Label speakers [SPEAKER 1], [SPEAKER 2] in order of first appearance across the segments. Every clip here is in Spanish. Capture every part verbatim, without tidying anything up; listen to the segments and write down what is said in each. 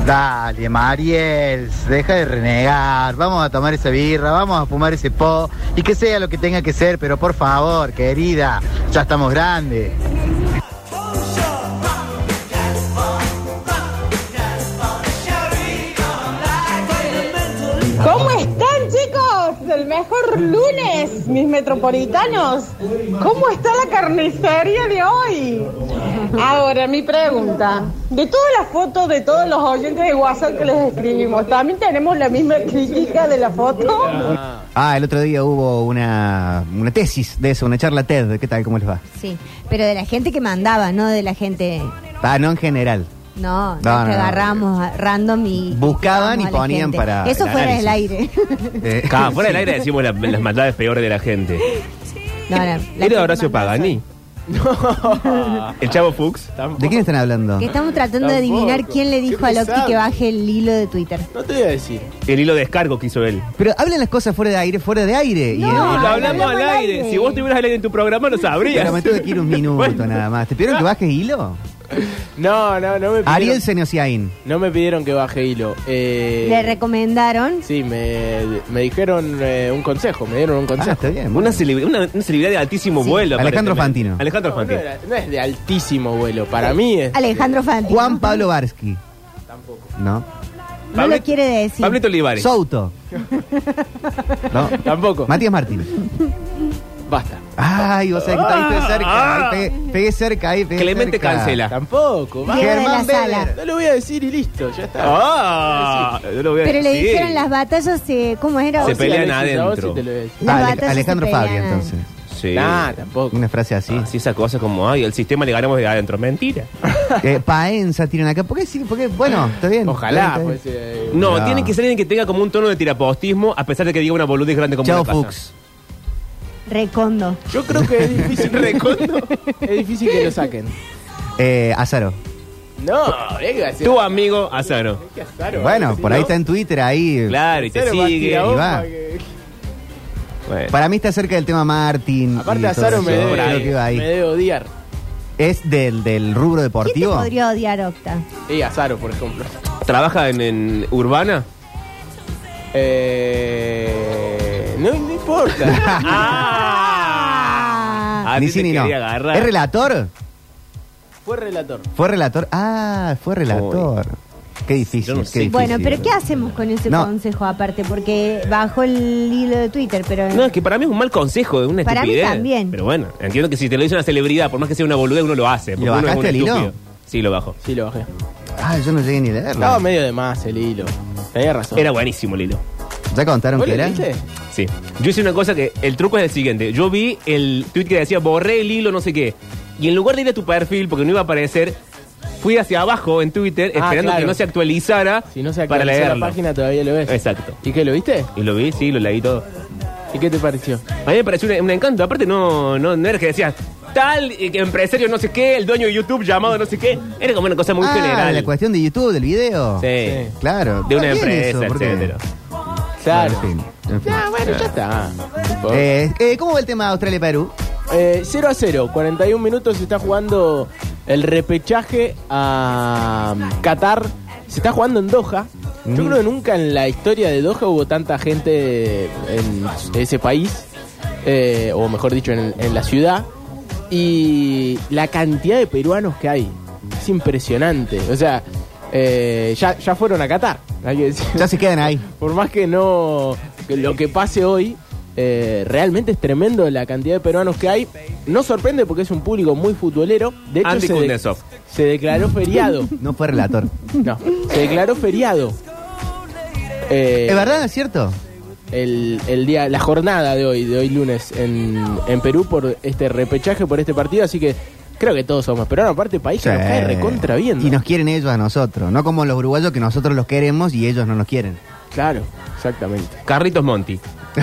[SPEAKER 1] Dale, Mariel, deja de renegar, vamos a tomar esa birra, vamos a fumar ese po, y que sea lo que tenga que ser, pero por favor, querida, ya estamos grandes.
[SPEAKER 2] ¿Cómo están, chicos? El mejor lunes, mis metropolitanos. ¿Cómo está la carnicería de hoy? Ahora, mi pregunta. De todas las fotos de todos los oyentes de WhatsApp que les escribimos, ¿también tenemos la misma crítica de la foto?
[SPEAKER 3] Ah, el otro día hubo una, una tesis de eso, una charla TED. ¿Qué tal? ¿Cómo les va?
[SPEAKER 4] Sí, pero de la gente que mandaba, no de la gente...
[SPEAKER 3] Ah, no en general.
[SPEAKER 4] No,
[SPEAKER 3] No,
[SPEAKER 4] no,
[SPEAKER 3] no,
[SPEAKER 4] que
[SPEAKER 3] no.
[SPEAKER 4] agarramos a random y...
[SPEAKER 3] Buscaban y
[SPEAKER 4] a la
[SPEAKER 3] ponían
[SPEAKER 4] gente.
[SPEAKER 3] para
[SPEAKER 4] Eso
[SPEAKER 3] el
[SPEAKER 4] fuera del
[SPEAKER 3] análisis.
[SPEAKER 4] aire.
[SPEAKER 3] Eh,
[SPEAKER 5] Claro, fuera del aire decimos la- las maldades peores de la gente.
[SPEAKER 4] No, no, la gente
[SPEAKER 5] ¿Era Horacio
[SPEAKER 4] mandaba
[SPEAKER 5] Pagani? ¿El Chavo Fuchs?
[SPEAKER 3] ¿De quién están hablando?
[SPEAKER 4] Que estamos tratando de
[SPEAKER 6] Tampoco.
[SPEAKER 4] adivinar quién le dijo
[SPEAKER 6] Qué
[SPEAKER 4] a Loki
[SPEAKER 6] pesado.
[SPEAKER 4] que baje el hilo de Twitter.
[SPEAKER 6] No te voy a decir.
[SPEAKER 5] El hilo de descargo que hizo él.
[SPEAKER 3] Pero hablen las cosas fuera de aire, fuera de aire.
[SPEAKER 4] No,
[SPEAKER 3] y,
[SPEAKER 5] Y
[SPEAKER 4] Ah,
[SPEAKER 5] lo hablamos
[SPEAKER 4] hablamos
[SPEAKER 5] al
[SPEAKER 4] al
[SPEAKER 5] aire.
[SPEAKER 4] aire.
[SPEAKER 5] Si vos estuvieras al aire en tu programa, lo sabrías.
[SPEAKER 3] Pero me tuve que ir un minuto
[SPEAKER 5] Bueno.
[SPEAKER 3] nada más. ¿Te pidieron que bajes hilo?
[SPEAKER 6] No, no, no me pidieron.
[SPEAKER 3] Ariel Senosiaín.
[SPEAKER 6] No me pidieron que baje hilo. Eh,
[SPEAKER 4] Le recomendaron.
[SPEAKER 6] Sí, me, me dijeron eh, un consejo, me dieron un
[SPEAKER 3] Ah,
[SPEAKER 6] consejo.
[SPEAKER 3] está bien.
[SPEAKER 5] Una, celebra- una, una celebridad de altísimo
[SPEAKER 4] Sí.
[SPEAKER 5] vuelo.
[SPEAKER 3] Alejandro
[SPEAKER 5] aparentemente.
[SPEAKER 3] Fantino.
[SPEAKER 5] Alejandro
[SPEAKER 6] No, no,
[SPEAKER 5] Fantino.
[SPEAKER 6] era- no es de altísimo vuelo, para mí es...
[SPEAKER 4] Alejandro Fantino.
[SPEAKER 3] Juan Pablo Barsky.
[SPEAKER 6] Tampoco.
[SPEAKER 3] ¿No?
[SPEAKER 4] No
[SPEAKER 5] Pablo-
[SPEAKER 4] lo quiere decir.
[SPEAKER 5] Pablito Olivares.
[SPEAKER 3] Souto. ¿No?
[SPEAKER 6] Tampoco.
[SPEAKER 3] Matías Martínez.
[SPEAKER 6] Basta.
[SPEAKER 3] Ay, vos sabés que estuviste cerca. Ahí pegué, pegué cerca, ahí pegué
[SPEAKER 5] Clemente
[SPEAKER 3] cerca.
[SPEAKER 5] Cancela.
[SPEAKER 6] Tampoco. basta.
[SPEAKER 4] Diego de la
[SPEAKER 3] Germán
[SPEAKER 4] Sala.
[SPEAKER 3] Weber.
[SPEAKER 6] No lo voy a decir y listo, ya está.
[SPEAKER 5] Ah, yo lo voy a
[SPEAKER 4] Pero le
[SPEAKER 5] decir.
[SPEAKER 4] dijeron las batallas, eh, ¿cómo era?
[SPEAKER 5] Se
[SPEAKER 6] Sí,
[SPEAKER 5] pelean
[SPEAKER 6] Alexis, a vos
[SPEAKER 5] adentro.
[SPEAKER 6] sí te lo voy a decir.
[SPEAKER 4] Las
[SPEAKER 3] Ah, Ale-
[SPEAKER 4] batallas
[SPEAKER 3] Alejandro
[SPEAKER 4] se
[SPEAKER 3] Fabri,
[SPEAKER 4] pelean.
[SPEAKER 3] entonces.
[SPEAKER 5] Sí.
[SPEAKER 6] Nah, tampoco.
[SPEAKER 3] Una frase así.
[SPEAKER 5] Así esa cosa como, ay, el sistema le ganamos de adentro. Mentira.
[SPEAKER 3] Eh, Paenza tiran acá. ¿Por qué sí? Porque, bueno, está bien.
[SPEAKER 6] Ojalá,
[SPEAKER 3] Está bien,
[SPEAKER 6] pues.
[SPEAKER 3] está bien.
[SPEAKER 6] eh,
[SPEAKER 5] No,
[SPEAKER 3] No.
[SPEAKER 5] tiene que ser alguien que tenga como un tono de tirapostismo, a pesar de que diga una boludez grande como
[SPEAKER 3] Chao,
[SPEAKER 5] una casa.
[SPEAKER 3] Fuchs.
[SPEAKER 4] Recondo.
[SPEAKER 6] Yo creo que es difícil.
[SPEAKER 5] Recondo.
[SPEAKER 6] Es difícil que lo saquen.
[SPEAKER 3] Eh, Azaro.
[SPEAKER 6] No, es que hacer.
[SPEAKER 5] Tu amigo Azaro.
[SPEAKER 6] Es que Azaro,
[SPEAKER 3] Bueno,
[SPEAKER 6] ¿sí,
[SPEAKER 3] por ahí
[SPEAKER 6] no?
[SPEAKER 3] está en Twitter, ahí.
[SPEAKER 5] Claro, y te
[SPEAKER 6] Azaro va a
[SPEAKER 5] sigue.
[SPEAKER 6] tirar
[SPEAKER 3] y
[SPEAKER 6] bomba
[SPEAKER 3] va.
[SPEAKER 6] que-
[SPEAKER 5] Bueno.
[SPEAKER 3] Para mí está cerca del tema Martín.
[SPEAKER 6] Aparte,
[SPEAKER 3] y todo
[SPEAKER 6] Azaro me
[SPEAKER 3] eso.
[SPEAKER 5] por ahí.
[SPEAKER 3] Creo que va ahí.
[SPEAKER 6] debe, me debe odiar.
[SPEAKER 3] ¿Es del, del rubro
[SPEAKER 4] ¿Quién te
[SPEAKER 3] deportivo?
[SPEAKER 4] podría odiar, Octa?
[SPEAKER 6] Y Azaro, por ejemplo.
[SPEAKER 5] ¿Trabaja en, en Urbana?
[SPEAKER 6] Eh, no, no importa.
[SPEAKER 5] ¡Ah! A
[SPEAKER 3] Ni
[SPEAKER 5] ti
[SPEAKER 3] sí
[SPEAKER 5] te
[SPEAKER 3] ni no.
[SPEAKER 5] quería agarrar.
[SPEAKER 3] ¿Es relator?
[SPEAKER 6] Fue relator.
[SPEAKER 3] ¿Fue relator? Ah, fue relator. Qué difícil.
[SPEAKER 5] Yo no
[SPEAKER 3] qué
[SPEAKER 5] sé.
[SPEAKER 3] difícil.
[SPEAKER 4] Bueno, pero ¿qué hacemos con ese
[SPEAKER 3] No.
[SPEAKER 4] consejo aparte? Porque bajó el hilo de Twitter, pero...
[SPEAKER 5] No, es que para mí es un mal consejo, es una
[SPEAKER 4] Para mí
[SPEAKER 5] estupidez.
[SPEAKER 4] también.
[SPEAKER 5] Pero bueno, entiendo que si te lo dice una celebridad, por más que sea una boludez, uno lo hace. porque
[SPEAKER 3] ¿Lo
[SPEAKER 5] uno es
[SPEAKER 3] bajaste
[SPEAKER 5] un
[SPEAKER 3] el hilo?
[SPEAKER 5] estúpido. Sí, lo bajo.
[SPEAKER 6] Sí, lo bajé.
[SPEAKER 3] Ah, yo no llegué ni a leerlo.
[SPEAKER 6] Estaba medio de más el hilo. Tenía razón.
[SPEAKER 5] Era buenísimo el hilo.
[SPEAKER 3] ¿Ya contaron
[SPEAKER 6] ¿Vos
[SPEAKER 3] qué
[SPEAKER 6] lo
[SPEAKER 3] era?
[SPEAKER 6] viste?
[SPEAKER 5] Sí. Yo hice una cosa que, el truco es el siguiente. Yo vi el tweet que decía, borré el hilo, no sé qué. Y en lugar de ir a tu perfil, porque no iba a aparecer, fui hacia abajo en Twitter,
[SPEAKER 6] Ah,
[SPEAKER 5] esperando
[SPEAKER 6] claro.
[SPEAKER 5] que no se actualizara
[SPEAKER 6] Si no se
[SPEAKER 5] para
[SPEAKER 6] actualiza la
[SPEAKER 5] leerlo.
[SPEAKER 6] página todavía lo ves.
[SPEAKER 5] Exacto.
[SPEAKER 6] ¿Y qué, lo viste?
[SPEAKER 5] Y lo vi, sí, lo leí todo.
[SPEAKER 6] ¿Y qué te pareció?
[SPEAKER 5] A mí me pareció un, un encanto. Aparte, no, no, no era que decía tal eh, que empresario no sé qué, el dueño de YouTube llamado no sé qué. Era como una cosa muy
[SPEAKER 3] ah,
[SPEAKER 5] general.
[SPEAKER 3] la cuestión de YouTube, del video.
[SPEAKER 5] Sí.
[SPEAKER 6] Sí.
[SPEAKER 3] Claro.
[SPEAKER 5] De una
[SPEAKER 3] Está bien
[SPEAKER 5] empresa,
[SPEAKER 3] eso, ¿por qué?
[SPEAKER 5] etcétera.
[SPEAKER 6] Claro.
[SPEAKER 3] En fin, en fin.
[SPEAKER 6] Ah, bueno, ya está.
[SPEAKER 3] Eh, eh, ¿Cómo va el tema Australia-Perú?
[SPEAKER 6] Eh, cero a cero, cuarenta y un minutos se está jugando el repechaje a um, Qatar. Se está jugando en Doha. Yo
[SPEAKER 3] Mm.
[SPEAKER 6] creo que nunca en la historia de Doha hubo tanta gente en ese país, eh, o mejor dicho, en, en la ciudad. Y la cantidad de peruanos que hay es impresionante. O sea, eh, ya, ya fueron a Qatar, hay que decir.
[SPEAKER 3] Ya se quedan ahí.
[SPEAKER 6] Por más que no, que lo que pase hoy, eh, realmente es tremendo la cantidad de peruanos que hay. No sorprende porque es un público muy futbolero. De hecho,
[SPEAKER 5] Andy
[SPEAKER 6] se, de-
[SPEAKER 5] Kuznetsov.
[SPEAKER 6] se declaró feriado.
[SPEAKER 3] No fue relator.
[SPEAKER 6] No, se declaró feriado. Eh,
[SPEAKER 3] ¿Es verdad? ¿Es cierto?
[SPEAKER 6] El, el día, la jornada de hoy, de hoy lunes en, en Perú por este repechaje, por este partido, así que creo que todos somos peruanos, aparte país que
[SPEAKER 3] Sí.
[SPEAKER 6] nos cae recontra bien.
[SPEAKER 3] Y nos quieren ellos a nosotros. No como los uruguayos que nosotros los queremos y ellos no nos quieren.
[SPEAKER 6] Claro, exactamente.
[SPEAKER 5] Carlitos Monti.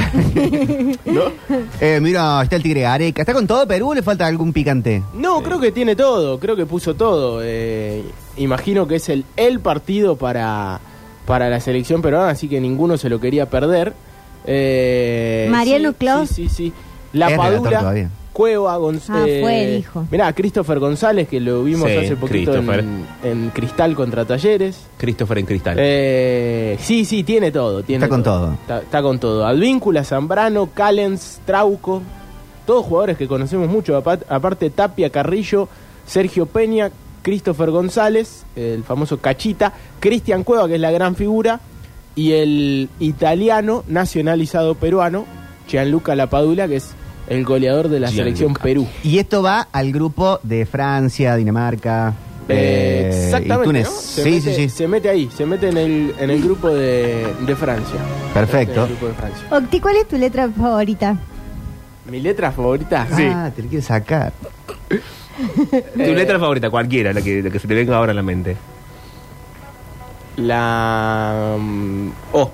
[SPEAKER 6] ¿No?
[SPEAKER 3] Eh, mira, está el Tigre Gareca. ¿Está con todo Perú o le falta algún picante?
[SPEAKER 6] No, creo que tiene todo, creo que puso todo. Eh, imagino que es el, el partido para, para la selección peruana, así que ninguno se lo quería perder. Eh,
[SPEAKER 4] Mariano
[SPEAKER 6] sí,
[SPEAKER 4] Clos.
[SPEAKER 6] Sí, sí, sí. La
[SPEAKER 3] Es relator
[SPEAKER 6] Padula,
[SPEAKER 3] todavía.
[SPEAKER 6] Cueva, Gonz-
[SPEAKER 4] Ah,
[SPEAKER 6] eh,
[SPEAKER 4] fue el hijo.
[SPEAKER 6] Mirá, Christopher González, que lo vimos
[SPEAKER 5] Sí,
[SPEAKER 6] hace poquito en,
[SPEAKER 5] Christopher.
[SPEAKER 6] en Cristal contra Talleres.
[SPEAKER 5] Christopher en cristal.
[SPEAKER 6] Eh, sí, sí, tiene todo. Tiene
[SPEAKER 3] Está con todo.
[SPEAKER 6] Está, está con todo. Advíncula, Zambrano, Callens, Trauco. Todos jugadores que conocemos mucho. Apa- Aparte Tapia, Carrillo, Sergio Peña, Christopher González, el famoso Cachita, Cristian Cueva, que es la gran figura, y el italiano nacionalizado peruano, Gianluca Lapadula, que es el goleador de la
[SPEAKER 5] Gianluca.
[SPEAKER 6] selección Perú.
[SPEAKER 3] Y esto va al grupo de Francia, Dinamarca,
[SPEAKER 6] Eh,
[SPEAKER 3] eh,
[SPEAKER 6] exactamente,
[SPEAKER 3] y Túnez.
[SPEAKER 6] ¿no? Se,
[SPEAKER 3] Sí,
[SPEAKER 6] mete,
[SPEAKER 3] sí, sí.
[SPEAKER 6] se mete ahí, se mete en el, en el grupo de, de Francia.
[SPEAKER 3] Perfecto.
[SPEAKER 6] En el grupo de Francia.
[SPEAKER 4] Octi, ¿cuál es tu letra favorita?
[SPEAKER 6] Mi letra favorita, sí.
[SPEAKER 3] Ah, te lo quieres sacar.
[SPEAKER 5] Tu letra favorita, cualquiera, la que, la que se te venga ahora a la mente.
[SPEAKER 6] La mm, O.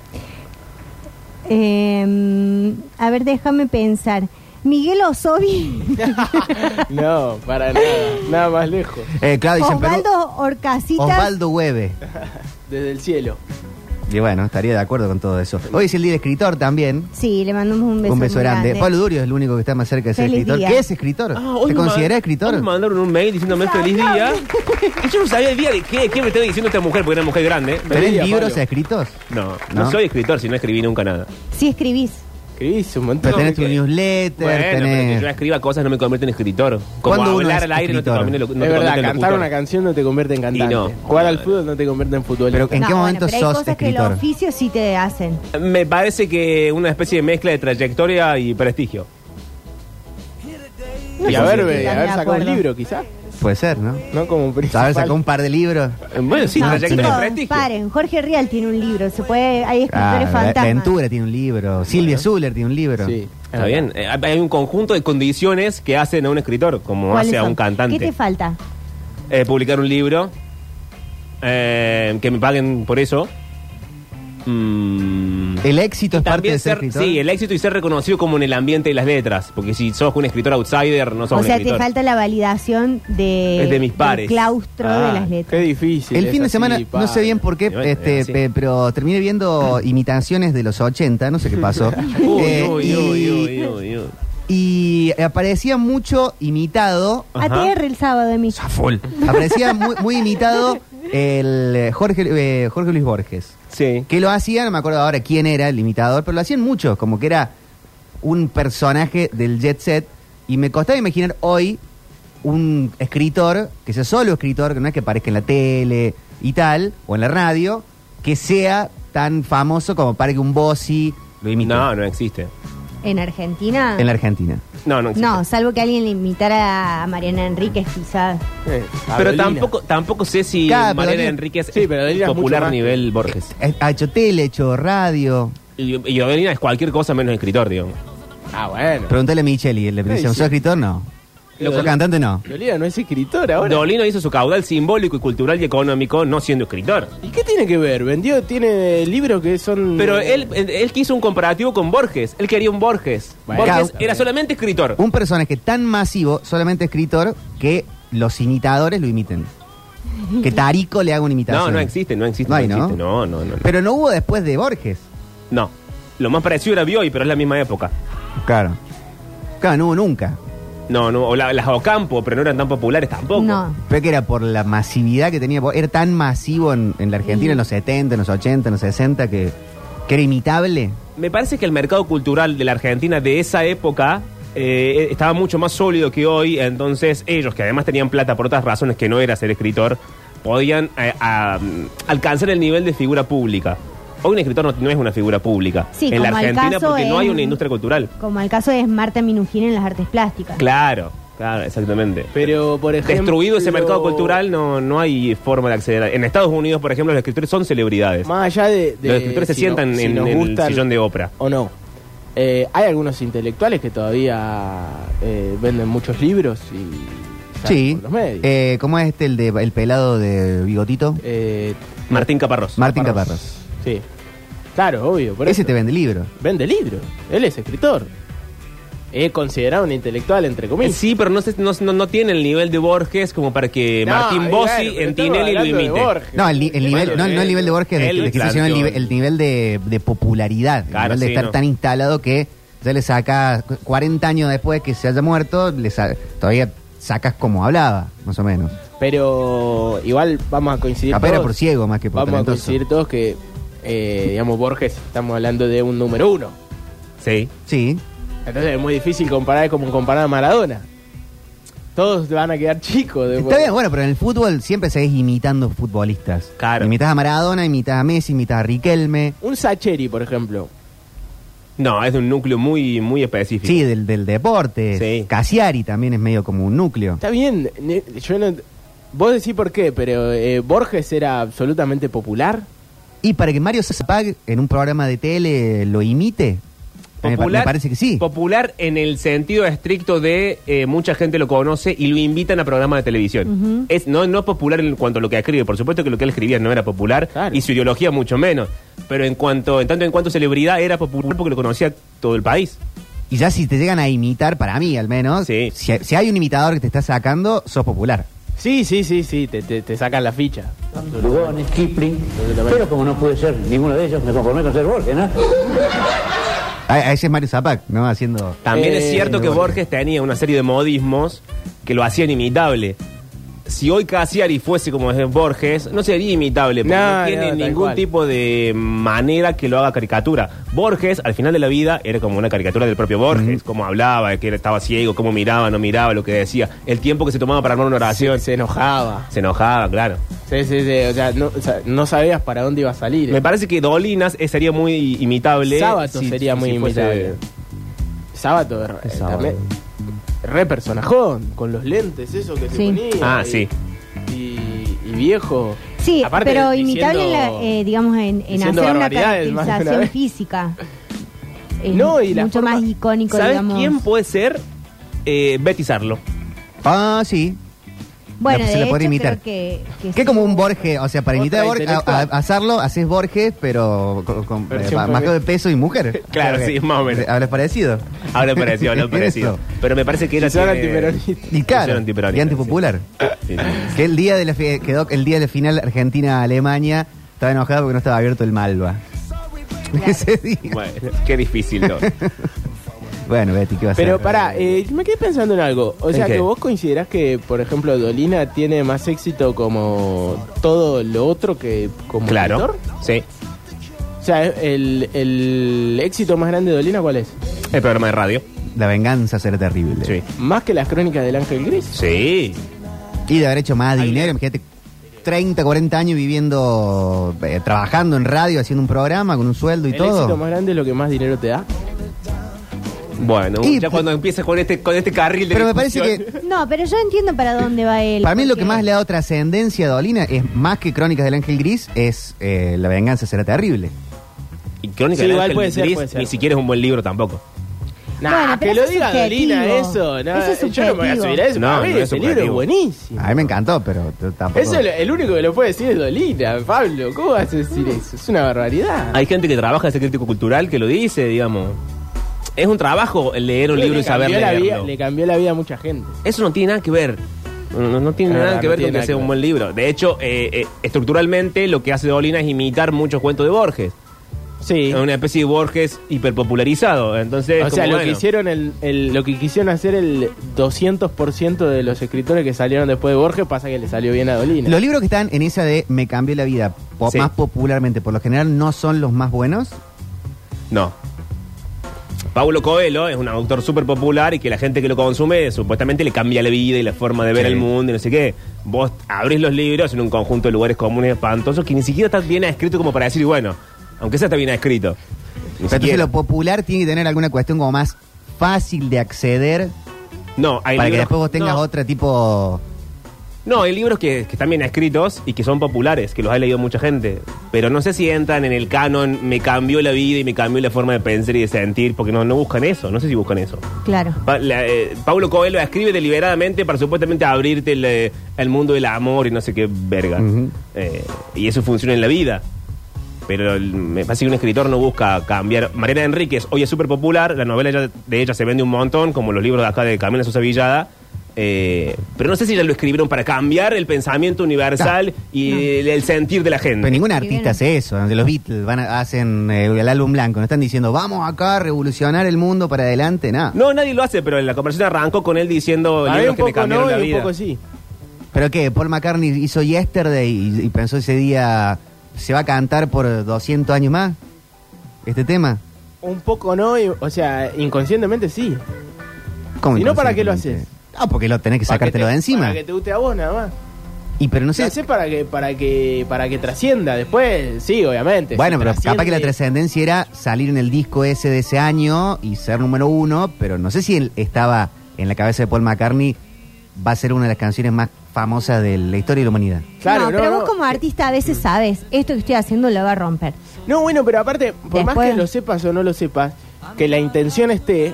[SPEAKER 4] Eh, a ver, déjame pensar. Miguel Osovi,
[SPEAKER 6] No, para nada, nada más lejos.
[SPEAKER 3] Eh, claro, dicen Perú,
[SPEAKER 4] Osvaldo Orcasitas.
[SPEAKER 3] Osvaldo Hueve.
[SPEAKER 6] Desde el cielo.
[SPEAKER 3] Y bueno, estaría de acuerdo con todo eso. Hoy es el día de escritor también.
[SPEAKER 4] Sí, le mandamos un beso.
[SPEAKER 3] Un beso
[SPEAKER 4] muy
[SPEAKER 3] grande. Pablo Durio es el único que está más cerca de ser
[SPEAKER 4] Feliz
[SPEAKER 3] escritor.
[SPEAKER 4] día.
[SPEAKER 3] ¿Qué es escritor?
[SPEAKER 5] Ah, hoy
[SPEAKER 3] ¿Te
[SPEAKER 5] me
[SPEAKER 3] considerás
[SPEAKER 5] mand-
[SPEAKER 3] escritor?
[SPEAKER 5] hoy me mandaron un mail diciéndome feliz día. Y yo no sabía el día de qué. ¿Qué me estaba diciendo esta mujer? Porque era una mujer grande.
[SPEAKER 6] Feliz
[SPEAKER 3] ¿Tenés
[SPEAKER 6] día,
[SPEAKER 3] libros
[SPEAKER 6] Pablo.
[SPEAKER 3] escritos?
[SPEAKER 5] No, no,
[SPEAKER 3] ¿No?
[SPEAKER 5] soy escritor, si no escribí nunca nada.
[SPEAKER 4] Sí, escribís.
[SPEAKER 6] Escribís un montón.
[SPEAKER 3] Pero tenés tu
[SPEAKER 5] que-
[SPEAKER 3] newsletter,
[SPEAKER 5] Bueno, pero que
[SPEAKER 3] tenés...
[SPEAKER 5] yo escriba cosas no me convierte en escritor. Como
[SPEAKER 3] ¿Cuándo uno
[SPEAKER 5] hablar
[SPEAKER 3] es
[SPEAKER 5] al aire no te
[SPEAKER 3] escritor?
[SPEAKER 5] convierte, no te
[SPEAKER 6] Es verdad,
[SPEAKER 5] convierte en
[SPEAKER 6] cantar
[SPEAKER 5] locutor.
[SPEAKER 6] una canción no te convierte en cantante.
[SPEAKER 5] Y no.
[SPEAKER 6] Jugar al fútbol no te convierte en futbolista.
[SPEAKER 3] Pero ¿en
[SPEAKER 4] No,
[SPEAKER 3] qué
[SPEAKER 4] bueno,
[SPEAKER 3] momento
[SPEAKER 4] pero hay
[SPEAKER 3] sos
[SPEAKER 4] cosas que
[SPEAKER 3] escritor?
[SPEAKER 4] los oficios sí te hacen.
[SPEAKER 5] Me parece que una especie de mezcla de trayectoria y prestigio.
[SPEAKER 4] No
[SPEAKER 6] y
[SPEAKER 4] sé
[SPEAKER 6] haber,
[SPEAKER 4] si estoy
[SPEAKER 6] y
[SPEAKER 4] tan
[SPEAKER 6] haber
[SPEAKER 4] de
[SPEAKER 6] sacado un
[SPEAKER 4] acuerdo.
[SPEAKER 6] libro, quizás.
[SPEAKER 3] Puede ser, ¿no?
[SPEAKER 6] No como un
[SPEAKER 3] A
[SPEAKER 6] principal.
[SPEAKER 3] ver, sacó un par de libros.
[SPEAKER 5] Bueno, sí,
[SPEAKER 4] No,
[SPEAKER 5] trayectoria y
[SPEAKER 4] chicos,
[SPEAKER 5] prestigio.
[SPEAKER 4] paren. Jorge Rial tiene un libro. Se puede, hay escritores
[SPEAKER 3] Ah,
[SPEAKER 4] fantasmas.
[SPEAKER 3] Ventura tiene un libro. Silvia Zuller tiene un libro.
[SPEAKER 6] Sí.
[SPEAKER 5] Está bien. Eh, hay un conjunto de condiciones que hacen a un escritor, como
[SPEAKER 4] ¿Cuáles
[SPEAKER 5] hace a
[SPEAKER 4] son?
[SPEAKER 5] un cantante.
[SPEAKER 4] ¿Qué te falta?
[SPEAKER 5] Eh, publicar un libro, eh, que me paguen por eso. Mm,
[SPEAKER 3] El éxito es parte
[SPEAKER 5] también
[SPEAKER 3] de ser,
[SPEAKER 5] ser,
[SPEAKER 3] escritor.
[SPEAKER 5] sí, el éxito y ser reconocido como en el ambiente de las letras. Porque si sos un escritor outsider, no sos
[SPEAKER 4] O
[SPEAKER 5] un
[SPEAKER 4] sea, te
[SPEAKER 5] escritor.
[SPEAKER 4] falta la validación de,
[SPEAKER 5] Es de mis
[SPEAKER 4] del
[SPEAKER 5] pares.
[SPEAKER 4] claustro
[SPEAKER 6] Ah,
[SPEAKER 4] de las
[SPEAKER 6] Qué
[SPEAKER 4] letras.
[SPEAKER 6] difícil.
[SPEAKER 3] El
[SPEAKER 6] es
[SPEAKER 3] fin de
[SPEAKER 6] así,
[SPEAKER 3] semana, no
[SPEAKER 6] padre.
[SPEAKER 3] sé bien por qué,
[SPEAKER 5] Y bueno,
[SPEAKER 3] este,
[SPEAKER 5] es así.
[SPEAKER 3] pe- pero terminé viendo imitaciones de los ochenta, no sé qué pasó.
[SPEAKER 5] Uy,
[SPEAKER 3] Eh,
[SPEAKER 5] uy,
[SPEAKER 3] y,
[SPEAKER 5] uy, uy, uy, uy.
[SPEAKER 3] y aparecía mucho imitado,
[SPEAKER 5] Ajá.
[SPEAKER 4] A T R el sábado, Emi.
[SPEAKER 5] Zafol.
[SPEAKER 3] aparecía muy, muy imitado el eh, Jorge, eh, Jorge Luis Borges.
[SPEAKER 5] Sí.
[SPEAKER 3] Que lo hacían, no me acuerdo ahora quién era el imitador, pero lo hacían muchos, como que era un personaje del jet set. Y me costaba imaginar hoy un escritor, que sea solo escritor, que no es que aparezca en la tele y tal, o en la radio, que sea tan famoso como para que un Bossi lo imite
[SPEAKER 5] No, no existe.
[SPEAKER 4] ¿En Argentina?
[SPEAKER 3] en la Argentina.
[SPEAKER 5] No, no existe.
[SPEAKER 4] No, salvo que alguien le imitara a Mariana Enríquez, quizás.
[SPEAKER 6] Eh,
[SPEAKER 5] Pero
[SPEAKER 6] Adelina.
[SPEAKER 5] tampoco, tampoco sé si
[SPEAKER 3] Claro, pero
[SPEAKER 5] Mariana
[SPEAKER 3] Adelina-
[SPEAKER 5] Enríquez
[SPEAKER 6] Sí, pero Adelina es
[SPEAKER 5] popular
[SPEAKER 6] mucho más
[SPEAKER 5] nivel
[SPEAKER 6] que-
[SPEAKER 5] Borges.
[SPEAKER 3] Eh, Ha hecho tele, ha hecho radio.
[SPEAKER 5] Y, y Adelina es cualquier cosa menos escritor, digo.
[SPEAKER 6] Ah, bueno.
[SPEAKER 3] Pregúntale a Micheli, le
[SPEAKER 6] Sí,
[SPEAKER 3] decían,
[SPEAKER 6] sí.
[SPEAKER 3] ¿sos escritor? No.
[SPEAKER 6] Pero
[SPEAKER 3] ¿Sos
[SPEAKER 6] Dolina-
[SPEAKER 3] cantante? No.
[SPEAKER 6] Dolina no es escritor ahora.
[SPEAKER 5] Dolino hizo su caudal simbólico y cultural y económico no siendo escritor.
[SPEAKER 6] ¿Y qué tiene que ver? Vendió, tiene libros que son...
[SPEAKER 5] Pero él, él quiso un comparativo con Borges. Él quería un Borges.
[SPEAKER 6] Bueno,
[SPEAKER 5] Borges
[SPEAKER 3] claro.
[SPEAKER 5] era solamente escritor.
[SPEAKER 3] Un personaje tan masivo, solamente escritor, que los imitadores lo imiten. Que Tarico le haga una imitación.
[SPEAKER 5] No, no existe, no existe.
[SPEAKER 3] No
[SPEAKER 5] No,
[SPEAKER 3] hay, ¿no?
[SPEAKER 5] existe. No, no, no. No.
[SPEAKER 3] Pero no hubo después de Borges.
[SPEAKER 5] No. Lo más parecido era Bioy, pero es la misma época.
[SPEAKER 3] Claro. Claro, no hubo nunca.
[SPEAKER 5] No, no. O la- las Ocampo, pero no eran tan populares tampoco.
[SPEAKER 4] No.
[SPEAKER 3] Pero que era por la masividad que tenía. Era tan masivo en, en la Argentina
[SPEAKER 4] Sí.
[SPEAKER 3] en los setenta, en los ochenta, en los sesenta, que, que era imitable.
[SPEAKER 5] Me parece que el mercado cultural de la Argentina de esa época eh, estaba mucho más sólido que hoy. Entonces ellos, que además tenían plata por otras razones que no era ser escritor, podían eh, a- alcanzar el nivel de figura pública. Hoy un escritor no, no es una figura pública
[SPEAKER 4] Sí,
[SPEAKER 5] en la
[SPEAKER 4] como el
[SPEAKER 5] Argentina
[SPEAKER 4] caso
[SPEAKER 5] porque no hay
[SPEAKER 4] en-
[SPEAKER 5] una industria cultural.
[SPEAKER 4] Como el caso es Marta Minujín en las artes plásticas.
[SPEAKER 5] Claro, claro, exactamente.
[SPEAKER 6] Pero, por ejemplo...
[SPEAKER 5] Destruido ese mercado cultural, no, no hay forma de acceder. a- En Estados Unidos, por ejemplo, los escritores son celebridades.
[SPEAKER 6] Más allá de... de
[SPEAKER 5] Los escritores se
[SPEAKER 6] si
[SPEAKER 5] sientan
[SPEAKER 6] no- si
[SPEAKER 5] en,
[SPEAKER 6] nos
[SPEAKER 5] en
[SPEAKER 6] gusta
[SPEAKER 5] el sillón de Oprah.
[SPEAKER 6] o no. Eh, hay algunos intelectuales que todavía eh, venden muchos libros y... salen
[SPEAKER 3] Sí.
[SPEAKER 6] por los medios.
[SPEAKER 3] Eh, ¿Cómo es este, el, de, el pelado de bigotito?
[SPEAKER 6] Eh,
[SPEAKER 5] Martín Caparrós.
[SPEAKER 3] Martín Caparrós.
[SPEAKER 6] Sí. Claro, obvio. Por
[SPEAKER 3] Ese
[SPEAKER 6] eso.
[SPEAKER 3] te vende libros.
[SPEAKER 6] Vende libros. Él es escritor. Es considerado un intelectual, entre comillas.
[SPEAKER 5] Sí, pero no, sé, no, no, no tiene el nivel de Borges como para que
[SPEAKER 6] No,
[SPEAKER 5] Martín
[SPEAKER 6] y
[SPEAKER 5] Bossi
[SPEAKER 6] bueno, pero
[SPEAKER 5] en
[SPEAKER 6] estamos
[SPEAKER 5] Tinelli lo
[SPEAKER 6] hablando de
[SPEAKER 5] imite.
[SPEAKER 6] Borges.
[SPEAKER 3] No, el, ni- el nivel, no, no el nivel de Borges de
[SPEAKER 5] Él,
[SPEAKER 3] de escritura, sino el,
[SPEAKER 5] claro,
[SPEAKER 3] nivel, el nivel de, de popularidad.
[SPEAKER 5] Claro,
[SPEAKER 3] el nivel de
[SPEAKER 5] sí,
[SPEAKER 3] estar
[SPEAKER 5] no.
[SPEAKER 3] tan instalado que ya le sacas cuarenta años después que se haya muerto, le sa- todavía sacas como hablaba, más o menos.
[SPEAKER 6] Pero igual vamos a coincidir
[SPEAKER 3] Capaz era
[SPEAKER 6] todos.
[SPEAKER 3] por ciego más que por
[SPEAKER 6] Vamos a
[SPEAKER 3] talentoso.
[SPEAKER 6] coincidir todos que, eh, digamos, Borges, estamos hablando de un número uno.
[SPEAKER 5] Sí.
[SPEAKER 3] Sí.
[SPEAKER 6] Entonces es muy difícil comparar como comparar a Maradona. Todos van a quedar chicos después.
[SPEAKER 3] Está bien, bueno, pero en el fútbol siempre seguís imitando futbolistas.
[SPEAKER 5] Claro.
[SPEAKER 3] Imitas a Maradona, imitas a Messi, imitas a Riquelme.
[SPEAKER 6] Un Sacheri, por ejemplo.
[SPEAKER 5] No, es de un núcleo muy, muy específico.
[SPEAKER 3] Sí, del, del deporte.
[SPEAKER 5] Sí.
[SPEAKER 3] Cassiari también es medio como un núcleo.
[SPEAKER 6] Está bien, ne- yo no... Vos decís por qué, pero eh, Borges era absolutamente popular.
[SPEAKER 3] Y para que Mario Zapag en un programa de tele lo imite, me, pa- me parece que sí.
[SPEAKER 5] Popular en el sentido estricto de eh, mucha gente lo conoce y lo invitan a programas de televisión.
[SPEAKER 4] Ujú.
[SPEAKER 5] Es no, no popular en cuanto a lo que escribe. Por supuesto que lo que él escribía no era popular
[SPEAKER 6] Claro.
[SPEAKER 5] y su ideología mucho menos. Pero en cuanto, en tanto en cuanto celebridad era popular porque lo conocía todo el país.
[SPEAKER 3] Y ya si te llegan a imitar, para mí al menos,
[SPEAKER 5] Sí.
[SPEAKER 3] si, si hay un imitador que te está sacando, sos popular.
[SPEAKER 6] Sí, sí, sí, sí, te, te, te sacan la ficha.
[SPEAKER 7] Lugones, Kipling, pero como no pude ser ninguno de ellos, me conformé con ser Borges, ¿no?
[SPEAKER 3] A, a ese es Mario Zapag, ¿no? Haciendo...
[SPEAKER 5] También
[SPEAKER 6] Eh,
[SPEAKER 5] es cierto que
[SPEAKER 3] bueno.
[SPEAKER 5] Borges tenía una serie de modismos que lo hacían imitable. Si hoy Cassiari fuese como es Borges, no sería imitable, porque no,
[SPEAKER 6] No,
[SPEAKER 5] tiene
[SPEAKER 6] no, tal
[SPEAKER 5] ningún
[SPEAKER 6] cual.
[SPEAKER 5] tipo de manera que lo haga caricatura. Borges, al final de la vida, era como una caricatura del propio Borges, cómo hablaba, que estaba ciego, cómo miraba, no miraba, lo que decía, el tiempo que se tomaba para armar una oración.
[SPEAKER 6] Se, se enojaba.
[SPEAKER 5] Se enojaba, claro.
[SPEAKER 6] Sí, sí, sí, o sea, no, o sea, no sabías para dónde iba a salir.
[SPEAKER 5] Me parece que Dolinas eh, sería muy imitable.
[SPEAKER 6] Sábato
[SPEAKER 5] si-
[SPEAKER 6] sería muy
[SPEAKER 5] si fuese-
[SPEAKER 6] imitable. Sábato, eh,
[SPEAKER 3] ¿Qué Sábato?
[SPEAKER 6] también. Re personajón, con los lentes, eso que se
[SPEAKER 4] Sí.
[SPEAKER 6] ponía.
[SPEAKER 5] Ah,
[SPEAKER 6] y-
[SPEAKER 5] sí.
[SPEAKER 6] Y, y viejo.
[SPEAKER 4] Sí,
[SPEAKER 6] Aparte,
[SPEAKER 4] pero
[SPEAKER 6] diciendo-
[SPEAKER 4] imitable, en la, eh, digamos, en, en
[SPEAKER 6] diciendo
[SPEAKER 4] hacer una
[SPEAKER 6] barbaridades más de una
[SPEAKER 4] caracterización
[SPEAKER 6] vez.
[SPEAKER 4] física. Es
[SPEAKER 6] No, y la
[SPEAKER 4] mucho
[SPEAKER 6] forma-
[SPEAKER 4] más icónico,
[SPEAKER 5] ¿Sabes
[SPEAKER 4] digamos.
[SPEAKER 5] quién puede ser? Eh, Betty Sarlo.
[SPEAKER 3] Ah, sí.
[SPEAKER 4] Bueno,
[SPEAKER 3] La- se
[SPEAKER 4] de
[SPEAKER 3] la puede
[SPEAKER 4] hecho,
[SPEAKER 3] imitar.
[SPEAKER 4] creo que, que
[SPEAKER 3] Que
[SPEAKER 4] sí.
[SPEAKER 3] como un Borges, o sea, para
[SPEAKER 6] Otra
[SPEAKER 3] imitar a, Borges, a, a-
[SPEAKER 6] intelectual.
[SPEAKER 3] a hacerlo, haces Borges, pero con, con- eh,
[SPEAKER 6] Versión
[SPEAKER 3] ba- bajado de peso y mujer.
[SPEAKER 5] Claro,
[SPEAKER 3] Creo que-
[SPEAKER 5] sí, más o menos.
[SPEAKER 3] ¿Hablas parecido?
[SPEAKER 5] Ahora pareció, ahora pareció.
[SPEAKER 3] Eso.
[SPEAKER 5] Pero me parece que era
[SPEAKER 6] Si son
[SPEAKER 5] tiene-
[SPEAKER 6] antiperonistas.
[SPEAKER 3] Y
[SPEAKER 5] Sí,
[SPEAKER 3] claro,
[SPEAKER 5] son antiperonistas,
[SPEAKER 3] y antipopular.
[SPEAKER 5] Sí, sí.
[SPEAKER 3] Que el día de la fi- quedó el día de la final Argentina-Alemania estaba enojado porque no estaba abierto el Malva. Ese día.
[SPEAKER 5] Bueno, qué difícil todo.
[SPEAKER 3] Bueno, Betty, ¿qué va a hacer?
[SPEAKER 6] Pero pará, eh, me quedé pensando en algo. O
[SPEAKER 5] ¿En
[SPEAKER 6] sea,
[SPEAKER 5] qué?
[SPEAKER 6] que vos considerás que, por ejemplo, Dolina tiene más éxito como todo lo otro que como
[SPEAKER 5] Claro.
[SPEAKER 6] escritor.
[SPEAKER 5] Sí.
[SPEAKER 6] O sea, el, el éxito más grande de Dolina, ¿cuál es?
[SPEAKER 5] El programa de radio.
[SPEAKER 3] La venganza será terrible.
[SPEAKER 5] Sí.
[SPEAKER 6] Más que las crónicas del Ángel Gris.
[SPEAKER 5] Sí.
[SPEAKER 3] Y de haber hecho más
[SPEAKER 5] Ahí
[SPEAKER 3] dinero,
[SPEAKER 5] le-
[SPEAKER 3] imagínate, treinta, cuarenta años viviendo, eh, trabajando en radio, haciendo un programa con un sueldo y
[SPEAKER 6] El
[SPEAKER 3] todo.
[SPEAKER 6] éxito más grande es lo que más dinero te da.
[SPEAKER 5] Bueno,
[SPEAKER 3] Y-
[SPEAKER 5] ya cuando empiezas con este, con este carril de
[SPEAKER 3] Pero me parece
[SPEAKER 5] discusión-
[SPEAKER 3] que
[SPEAKER 4] No, pero yo entiendo para dónde va él.
[SPEAKER 3] para mí lo que
[SPEAKER 4] porque-
[SPEAKER 3] más le ha dado trascendencia a Dolina es más que Crónicas del Ángel Gris, es eh, La venganza será terrible.
[SPEAKER 5] Y Crónica
[SPEAKER 6] Sí,
[SPEAKER 5] del
[SPEAKER 6] igual
[SPEAKER 5] Ángel
[SPEAKER 6] puede ser,
[SPEAKER 5] Gris
[SPEAKER 6] puede ser.
[SPEAKER 5] ni siquiera es un buen libro tampoco.
[SPEAKER 6] Nah,
[SPEAKER 4] Bueno, pero
[SPEAKER 6] que lo
[SPEAKER 4] eso es
[SPEAKER 6] diga Dolina
[SPEAKER 4] subjetivo.
[SPEAKER 6] eso. No,
[SPEAKER 4] Eso es
[SPEAKER 6] yo no me voy a
[SPEAKER 4] subjetivo.
[SPEAKER 6] subir a eso.
[SPEAKER 5] No,
[SPEAKER 6] para mí
[SPEAKER 5] no es
[SPEAKER 6] ese libro es
[SPEAKER 5] subjetivo.
[SPEAKER 6] buenísimo.
[SPEAKER 3] A mí me encantó, pero t- tampoco.
[SPEAKER 6] Eso es lo- el único que lo puede decir es Dolina, Pablo. ¿Cómo vas a decir eso? Es una barbaridad.
[SPEAKER 5] Hay gente que trabaja ese crítico cultural que lo dice, digamos. Es un trabajo el leer un
[SPEAKER 6] Le
[SPEAKER 5] libro y saber
[SPEAKER 6] cambió la vida-
[SPEAKER 5] leerlo.
[SPEAKER 6] Le cambió la vida a mucha gente.
[SPEAKER 5] Eso no tiene nada que ver. No, no tiene
[SPEAKER 6] Es
[SPEAKER 5] nada
[SPEAKER 6] verdad,
[SPEAKER 5] que
[SPEAKER 6] no
[SPEAKER 5] ver
[SPEAKER 6] tiene
[SPEAKER 5] con que
[SPEAKER 6] nada
[SPEAKER 5] sea
[SPEAKER 6] que
[SPEAKER 5] un
[SPEAKER 6] ver.
[SPEAKER 5] buen libro. De hecho, eh, eh, estructuralmente lo que hace Dolina es imitar muchos cuentos de Borges.
[SPEAKER 6] Sí.
[SPEAKER 5] Es una especie de Borges hiperpopularizado. Entonces,
[SPEAKER 6] O sea,
[SPEAKER 5] como,
[SPEAKER 6] lo que
[SPEAKER 5] bueno,
[SPEAKER 6] hicieron el, el- lo que quisieron hacer el doscientos por ciento de los escritores que salieron después de Borges pasa que le salió bien a Dolina.
[SPEAKER 3] Los libros que están en esa de Me cambió la vida, po-
[SPEAKER 5] Sí.
[SPEAKER 3] más popularmente, por lo general no son los más buenos.
[SPEAKER 5] No. Paulo Coelho es un autor súper popular y que la gente que lo consume supuestamente le cambia la vida y la forma de ver
[SPEAKER 3] Sí.
[SPEAKER 5] el mundo y no sé qué. Vos abrís los libros en un conjunto de lugares comunes espantosos que ni siquiera está bien escrito como para decir, bueno, aunque sea está bien escrito. Ni
[SPEAKER 3] Pero entonces
[SPEAKER 5] siquiera.
[SPEAKER 3] lo popular tiene que tener alguna cuestión como más fácil de acceder
[SPEAKER 5] No, hay
[SPEAKER 3] para que
[SPEAKER 5] libros-
[SPEAKER 3] después vos tengas
[SPEAKER 5] no,
[SPEAKER 3] otro tipo...
[SPEAKER 5] No, hay libros que, que están bien escritos y que son populares, que los ha leído mucha gente. Pero no sé si entran en el canon, me cambió la vida y me cambió la forma de pensar y de sentir, porque no, no buscan eso, no sé si buscan eso.
[SPEAKER 4] Claro.
[SPEAKER 5] Pa- la- eh, Paulo Coelho escribe deliberadamente para supuestamente abrirte el, eh, el mundo del amor y no sé qué verga.
[SPEAKER 3] Ujú.
[SPEAKER 5] Eh, y eso funciona en la vida. Pero el- me parece que un escritor no busca cambiar. Mariana Enríquez hoy es súper popular, la novela ya- de ella se vende un montón, como los libros de acá de Camila Sosa Villada. Eh, pero no sé si ya lo escribieron para cambiar el pensamiento universal
[SPEAKER 3] no,
[SPEAKER 5] y
[SPEAKER 3] no.
[SPEAKER 5] El, el sentir de la gente.
[SPEAKER 3] Pero ningún
[SPEAKER 4] Sí,
[SPEAKER 3] artista
[SPEAKER 4] bien.
[SPEAKER 3] hace eso. De los Beatles van a- hacen eh, el álbum blanco. No están diciendo, vamos acá a revolucionar el mundo para adelante. Nada.
[SPEAKER 5] No, nadie lo hace, pero la conversación arrancó con él diciendo
[SPEAKER 6] A mí
[SPEAKER 5] libros
[SPEAKER 6] un
[SPEAKER 5] que me
[SPEAKER 6] poco
[SPEAKER 5] cambiaron
[SPEAKER 6] no
[SPEAKER 5] la
[SPEAKER 6] y un
[SPEAKER 5] vida.
[SPEAKER 6] poco sí.
[SPEAKER 3] ¿Pero qué? Paul McCartney hizo Yesterday y, y pensó ese día, ¿se va a cantar por doscientos años más este tema?
[SPEAKER 6] Un poco no, y- o sea, inconscientemente sí.
[SPEAKER 3] ¿Cómo
[SPEAKER 6] ¿Y no para qué lo
[SPEAKER 3] inconscientemente?
[SPEAKER 6] haces?
[SPEAKER 3] No, porque lo tenés que
[SPEAKER 6] Para
[SPEAKER 3] sacártelo
[SPEAKER 6] te-
[SPEAKER 3] de encima.
[SPEAKER 6] Para que te guste a vos nada más.
[SPEAKER 3] Y pero no
[SPEAKER 6] Lo
[SPEAKER 3] sé.
[SPEAKER 6] haces para que, para que, para que trascienda. Después, sí, obviamente.
[SPEAKER 3] Bueno,
[SPEAKER 6] Si
[SPEAKER 3] pero
[SPEAKER 6] trasciende-
[SPEAKER 3] capaz que la trascendencia era salir en el disco ese de ese año y ser número uno, pero no sé si él estaba en la cabeza de Paul McCartney, va a ser una de las canciones más famosas de la historia de la humanidad.
[SPEAKER 6] Claro,
[SPEAKER 4] no,
[SPEAKER 6] no,
[SPEAKER 4] pero
[SPEAKER 6] no.
[SPEAKER 4] vos como artista a veces sabes, esto que estoy haciendo lo va a romper.
[SPEAKER 6] No, bueno, pero aparte, por más
[SPEAKER 4] Después-
[SPEAKER 6] que lo sepas o no lo sepas, que la intención esté,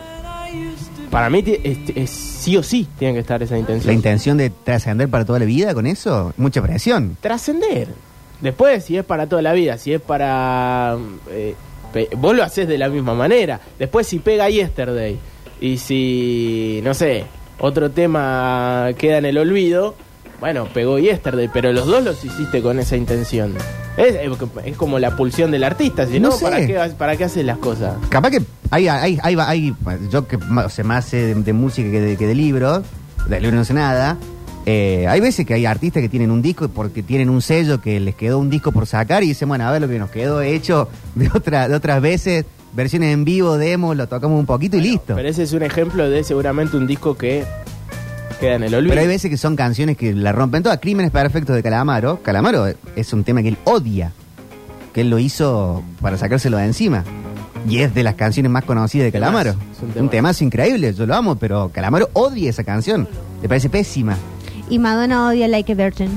[SPEAKER 6] para mí ti- es, es sí o sí tiene que estar esa intención.
[SPEAKER 3] La intención de trascender para toda la vida con eso, mucha presión.
[SPEAKER 6] Trascender. Después, si es para toda la vida, si es para... eh, pe- vos lo haces de la misma manera. Después, si pega Yesterday y si, no sé, otro tema queda en el olvido, bueno, pegó Yesterday, pero los dos los hiciste con esa intención. Es, es, es como la pulsión del artista, si
[SPEAKER 3] No
[SPEAKER 6] no,
[SPEAKER 3] sé.
[SPEAKER 6] ¿para qué, ¿para qué haces las cosas?
[SPEAKER 3] Capaz que hay, hay, hay, hay- yo que ma- o sea, más sé de, de música que de, que de libros, de libros no sé nada, eh, hay veces que hay artistas que tienen un disco porque tienen un sello que les quedó un disco por sacar y dicen, bueno, a ver lo que nos quedó hecho de, otra, de otras veces, versiones en vivo, demos, lo tocamos un poquito y listo.
[SPEAKER 6] Pero ese es un ejemplo de seguramente un disco que queda en el olvido.
[SPEAKER 3] Pero hay veces que son canciones que la rompen todas. Crímenes Perfectos de Calamaro. Calamaro es un tema que él odia. Que él lo hizo para sacárselo de encima. Y es de las canciones más conocidas de Calamaro.
[SPEAKER 6] Temazo, es un
[SPEAKER 3] un
[SPEAKER 6] temazo.
[SPEAKER 3] temazo increíble, yo lo amo, pero Calamaro odia esa canción. Le parece pésima.
[SPEAKER 4] Y Madonna odia Like a Virgin.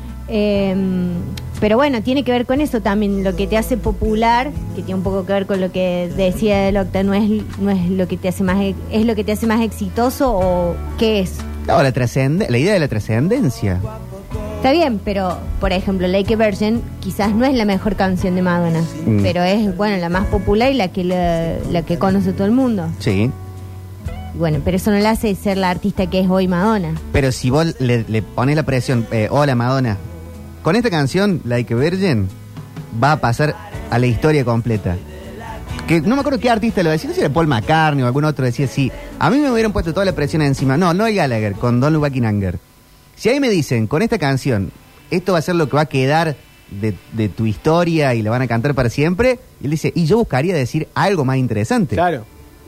[SPEAKER 4] Eh, pero bueno, tiene que ver con eso también. Lo que te hace popular, que tiene un poco que ver con lo que decía el Octa, no es, no es lo que te hace más, es lo que te hace más exitoso o qué es.
[SPEAKER 3] No, la, trascende- la idea de la trascendencia.
[SPEAKER 4] Está bien, pero por ejemplo, Like a Virgin quizás no es la mejor canción de Madonna,
[SPEAKER 3] Mm.
[SPEAKER 4] pero es bueno la más popular y la que la, la que conoce todo el mundo.
[SPEAKER 3] Sí.
[SPEAKER 4] Y bueno, pero eso no la hace ser la artista que es hoy Madonna.
[SPEAKER 3] Pero si vos le, le pones la presión, eh, hola Madonna, con esta canción, Like a Virgin, va a pasar a la historia completa. Que no me acuerdo qué artista lo decía, no sé si era Paul McCartney o algún otro decía, sí, a mí me hubieran puesto toda la presión encima. No, no el Gallagher, con Don't Look Back in Anger. Si ahí me dicen, con esta canción, esto va a ser lo que va a quedar de, de tu historia y la van a cantar para siempre, y él dice, y yo buscaría decir algo más interesante.
[SPEAKER 6] Claro.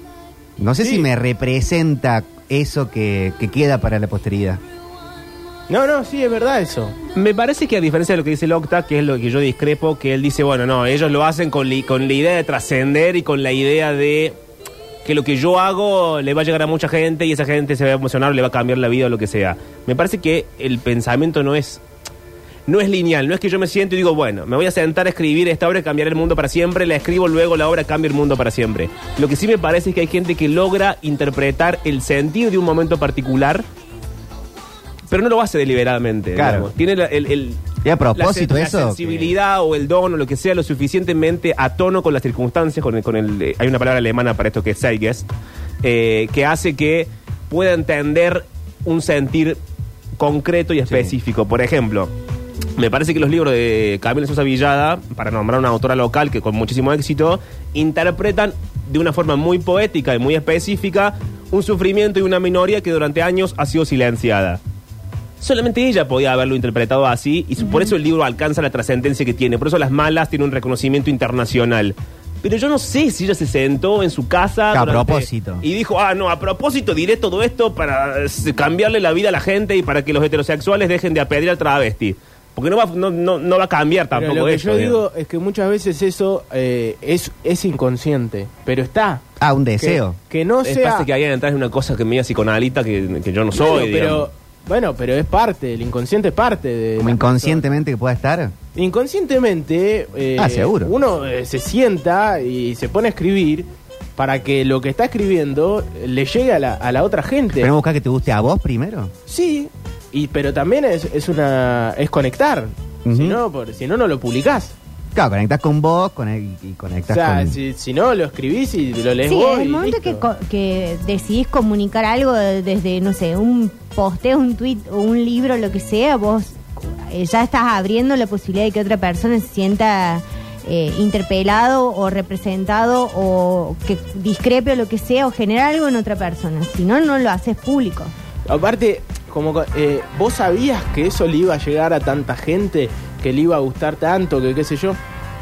[SPEAKER 3] No sé
[SPEAKER 6] Sí.
[SPEAKER 3] si me representa eso que, que queda para la posteridad.
[SPEAKER 6] No, no, sí, es verdad eso.
[SPEAKER 5] Me parece que a diferencia de lo que dice el Octa, que es lo que yo discrepo, que él dice, bueno, no, ellos lo hacen con, li- con la idea de trascender y con la idea de que lo que yo hago le va a llegar a mucha gente y esa gente se va a emocionar o le va a cambiar la vida o lo que sea. Me parece que el pensamiento no es no es lineal, no es que yo me siento y digo, bueno, me voy a sentar a escribir esta obra y cambiar el mundo para siempre, la escribo, luego la obra cambia el mundo para siempre. Lo que sí me parece es que hay gente que logra interpretar el sentido de un momento particular, pero no lo hace deliberadamente.
[SPEAKER 3] Claro.
[SPEAKER 5] digamos. Tiene la- el, el-
[SPEAKER 3] Y a propósito
[SPEAKER 5] la, sen-
[SPEAKER 3] eso,
[SPEAKER 5] la sensibilidad o el don o lo que sea lo suficientemente a tono con las circunstancias, con el, con el eh, hay una palabra alemana para esto que es Zeitgeist, eh, que hace que pueda entender un sentir concreto y específico. Por ejemplo, me parece que los libros de Camila Sosa Villada, para nombrar una autora local que con muchísimo éxito, interpretan de una forma muy poética y muy específica un sufrimiento y una minoría que durante años ha sido silenciada. Solamente ella podía haberlo interpretado así y por eso el libro alcanza la trascendencia que tiene. Por eso Las Malas tiene un reconocimiento internacional. Pero yo no sé si ella se sentó en su casa
[SPEAKER 3] A
[SPEAKER 5] durante-
[SPEAKER 3] propósito.
[SPEAKER 5] y dijo, ah, no, a propósito diré todo esto para eh, cambiarle la vida a la gente y para que los heterosexuales dejen de apedrear al travesti. Porque no va, no, no, no va a cambiar
[SPEAKER 6] Pero
[SPEAKER 5] tampoco
[SPEAKER 6] lo que
[SPEAKER 5] eso.
[SPEAKER 6] yo
[SPEAKER 5] digamos.
[SPEAKER 6] digo es que muchas veces eso eh, es, es inconsciente, pero está.
[SPEAKER 3] Ah, un
[SPEAKER 6] Que,
[SPEAKER 3] deseo.
[SPEAKER 6] que no
[SPEAKER 5] Es
[SPEAKER 6] sea...
[SPEAKER 5] pasa que ahí entrar en una cosa que media psicoanalista que, que yo no
[SPEAKER 6] Bueno,
[SPEAKER 5] soy.
[SPEAKER 6] pero,
[SPEAKER 5] digamos.
[SPEAKER 6] bueno, pero es parte, el inconsciente es parte de...
[SPEAKER 3] Como
[SPEAKER 6] la
[SPEAKER 3] inconscientemente que pueda estar.
[SPEAKER 6] persona. Inconscientemente, eh,
[SPEAKER 3] Ah, seguro.
[SPEAKER 6] uno eh, se sienta y se pone a escribir para que lo que está escribiendo le llegue a la, a la otra gente.
[SPEAKER 3] Pero buscar que te guste a vos primero.
[SPEAKER 6] Sí, y, pero también es, es una es conectar.
[SPEAKER 3] Ujú.
[SPEAKER 6] Si no, por, si no, no lo publicás.
[SPEAKER 3] Claro, conectás con vos con el, y
[SPEAKER 6] O
[SPEAKER 3] conectás
[SPEAKER 6] sea,
[SPEAKER 3] con...
[SPEAKER 6] si, si no, lo escribís y lo lees
[SPEAKER 4] Sí,
[SPEAKER 6] vos.
[SPEAKER 4] es el
[SPEAKER 6] y
[SPEAKER 4] momento
[SPEAKER 6] listo.
[SPEAKER 4] que, co- que decidís comunicar algo desde, no sé, un posteo, un tweet o un libro, lo que sea, vos eh, ya estás abriendo la posibilidad de que otra persona se sienta eh, interpelado o representado o que discrepe o lo que sea o generar algo en otra persona. Si no, no lo haces público.
[SPEAKER 6] Aparte, como eh, vos sabías que eso le iba a llegar a tanta gente, que le iba a gustar tanto, que qué sé yo.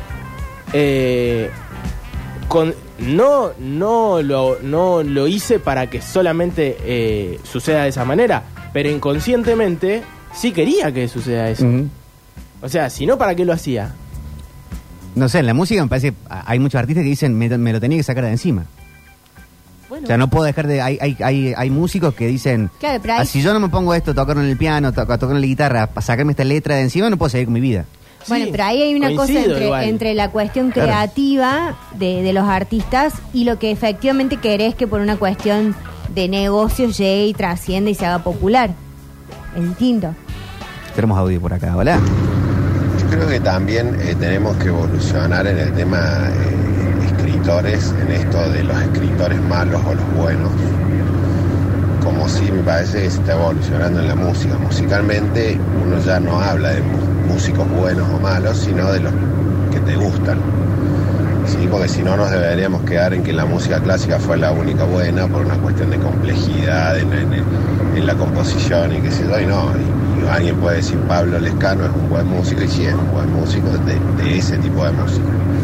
[SPEAKER 6] Eh, con, no, no, lo, no lo hice para que solamente eh, suceda de esa manera, pero inconscientemente sí quería que suceda eso.
[SPEAKER 3] Ujú.
[SPEAKER 6] O sea, si no, ¿para qué lo hacía?
[SPEAKER 3] No sé, en la música me parece... Hay muchos artistas que dicen, me, me lo tenía que sacar de encima.
[SPEAKER 6] Bueno,
[SPEAKER 3] O sea, no puedo dejar de... Hay, hay, hay, hay músicos que dicen...
[SPEAKER 4] Claro, pero hay-
[SPEAKER 3] "Ah, si yo no me pongo esto, tocar en el piano, to- tocar en la guitarra, para sacarme esta letra de encima, no puedo seguir con mi vida".
[SPEAKER 4] Bueno,
[SPEAKER 6] sí,
[SPEAKER 4] pero ahí hay una cosa
[SPEAKER 6] coincido
[SPEAKER 4] entre,
[SPEAKER 6] igual.
[SPEAKER 4] entre la cuestión
[SPEAKER 3] Claro.
[SPEAKER 4] creativa de, de los artistas y lo que efectivamente querés que por una cuestión de negocios llegue y trascienda y se haga popular. Es distinto.
[SPEAKER 3] Tenemos audio por acá, ¿hola?
[SPEAKER 8] Yo creo que también eh, tenemos que evolucionar en el tema eh, escritores, en esto de los escritores malos o los buenos. Como si me parece que se está evolucionando en la música. Musicalmente uno ya no habla de mu- músicos buenos o malos, sino de los que te gustan. Sí, porque si no nos deberíamos quedar en que la música clásica fue la única buena por una cuestión de complejidad en, en- en la composición y qué sé yo, y no. Y, y alguien puede decir Pablo Lescano es un buen músico, y sí es un buen músico de, de ese tipo de música.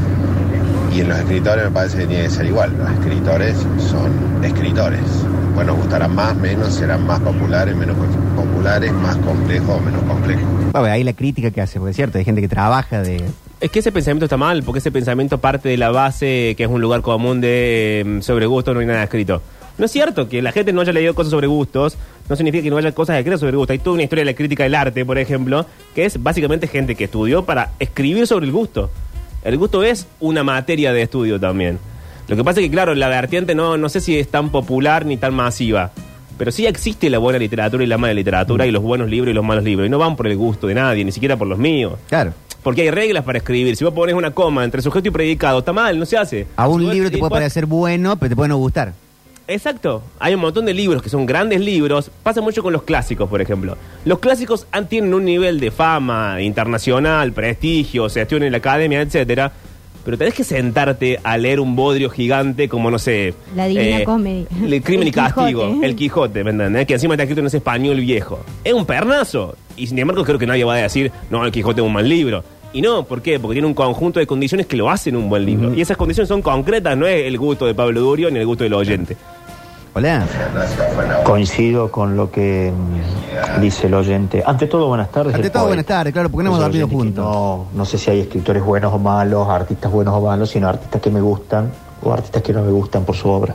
[SPEAKER 8] Y en los escritores me parece que tiene que ser igual. Los escritores son escritores. Bueno, gustarán más, menos, serán más populares, menos populares, más complejos o menos complejos.
[SPEAKER 3] Bueno, ahí la crítica que hace, porque es cierto, hay gente que trabaja de...
[SPEAKER 5] Es que ese pensamiento está mal, porque ese pensamiento parte de la base que es un lugar común de eh, sobre gustos no hay nada escrito. No es cierto que la gente no haya leído cosas sobre gustos, no significa que no haya cosas escritas sobre gustos. Hay toda una historia de la crítica del arte, por ejemplo, que es básicamente gente que estudió para escribir sobre el gusto. El gusto es una materia de estudio también. Lo que pasa es que, claro, la vertiente no, no sé si es tan popular ni tan masiva, pero sí existe la buena literatura y la mala literatura, y los buenos libros y los malos libros, y no van por el gusto de nadie, ni siquiera por los míos.
[SPEAKER 3] Claro.
[SPEAKER 5] Porque hay reglas para escribir. Si vos pones una coma entre sujeto y predicado, está mal, no se hace.
[SPEAKER 3] A un
[SPEAKER 5] Si vos-
[SPEAKER 3] libro te
[SPEAKER 5] eh,
[SPEAKER 3] puede
[SPEAKER 5] vos-
[SPEAKER 3] parecer bueno, pero te puede no gustar.
[SPEAKER 5] Exacto. Hay un montón de libros que son grandes libros. Pasa mucho con los clásicos, por ejemplo. Los clásicos han- tienen un nivel de fama internacional, prestigio, se estudian en la academia, etcétera. Pero tenés que sentarte a leer un bodrio gigante como, no sé...
[SPEAKER 4] La Divina Comedia.
[SPEAKER 5] El Crimen
[SPEAKER 4] El
[SPEAKER 5] y Castigo.
[SPEAKER 4] Quijote.
[SPEAKER 5] El Quijote, ¿me entendés? Que encima está escrito en ese español viejo. Es un pernazo. Y sin embargo creo que nadie va a decir, no, el Quijote es un mal libro. Y no, ¿por qué? Porque tiene un conjunto de condiciones que lo hacen un buen libro.
[SPEAKER 3] Ujú.
[SPEAKER 5] Y esas condiciones son concretas, no es el gusto de Pablo Durio ni el gusto del oyente.
[SPEAKER 3] Hola.
[SPEAKER 7] Coincido con lo que mm, dice el oyente. Ante todo, buenas tardes.
[SPEAKER 3] Ante
[SPEAKER 7] el
[SPEAKER 3] todo,
[SPEAKER 7] poeta.
[SPEAKER 3] buenas tardes, claro, porque no
[SPEAKER 7] Es
[SPEAKER 3] hemos
[SPEAKER 7] el
[SPEAKER 3] dormido
[SPEAKER 7] oyente que
[SPEAKER 3] juntos.
[SPEAKER 7] No, no sé si hay escritores buenos o malos, artistas buenos o malos, sino artistas que me gustan o artistas que no me gustan por su obra.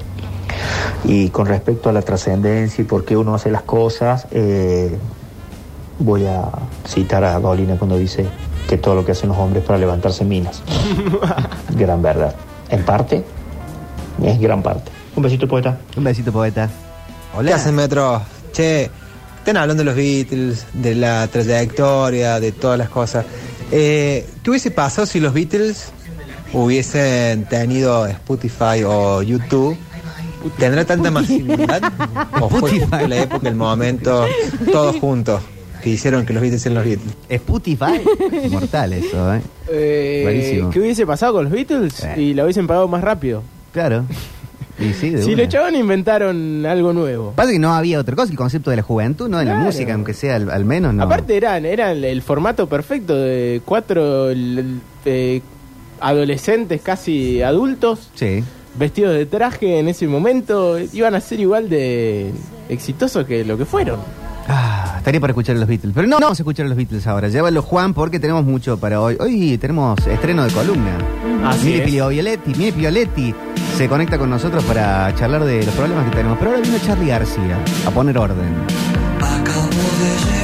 [SPEAKER 7] Y con respecto a la trascendencia y por qué uno hace las cosas, eh, voy a citar a Dolina cuando dice que todo lo que hacen los hombres es para levantarse minas. Gran verdad. En parte, es gran parte. Un besito, poeta.
[SPEAKER 3] Un besito, poeta.
[SPEAKER 9] ¿Qué
[SPEAKER 3] Hola.
[SPEAKER 9] hacen, Metro? Che, están hablando de los Beatles, de la trayectoria, de todas las cosas. Eh, ¿Qué hubiese pasado si los Beatles hubiesen tenido Spotify o YouTube? ¿Tendrá tanta masividad? ¿O fue
[SPEAKER 3] Spotify.
[SPEAKER 9] justo la época, el momento, todos juntos, que hicieron que los Beatles sean los Beatles?
[SPEAKER 3] Spotify. Mortal eso, ¿eh?
[SPEAKER 6] Eh,
[SPEAKER 3] Buenísimo.
[SPEAKER 6] ¿Qué hubiese pasado con los Beatles?
[SPEAKER 3] Eh.
[SPEAKER 6] Y la hubiesen pagado más rápido.
[SPEAKER 3] Claro. Y sí, de
[SPEAKER 6] Si
[SPEAKER 3] una.
[SPEAKER 6] lo echaban, inventaron algo nuevo.
[SPEAKER 3] Pasa que no había otra cosa, el concepto de la juventud, ¿no? De la
[SPEAKER 6] Claro.
[SPEAKER 3] música, aunque sea al, al menos, no.
[SPEAKER 6] Aparte eran, eran el formato perfecto de cuatro l- eh, adolescentes casi adultos,
[SPEAKER 3] Sí.
[SPEAKER 6] vestidos de traje en ese momento, iban a ser igual de exitosos que lo que fueron.
[SPEAKER 3] Ah, estaría para escuchar a los Beatles. Pero no vamos a escuchar a los Beatles ahora. Llévalo, Juan, porque tenemos mucho para hoy. Hoy tenemos estreno de columna.
[SPEAKER 5] Así
[SPEAKER 3] Mire
[SPEAKER 5] es.
[SPEAKER 3] Pilio Violetti, mire Violetti se conecta con nosotros para charlar de los problemas que tenemos. Pero ahora vino Charly García a poner orden.
[SPEAKER 10] Acabo de llegar.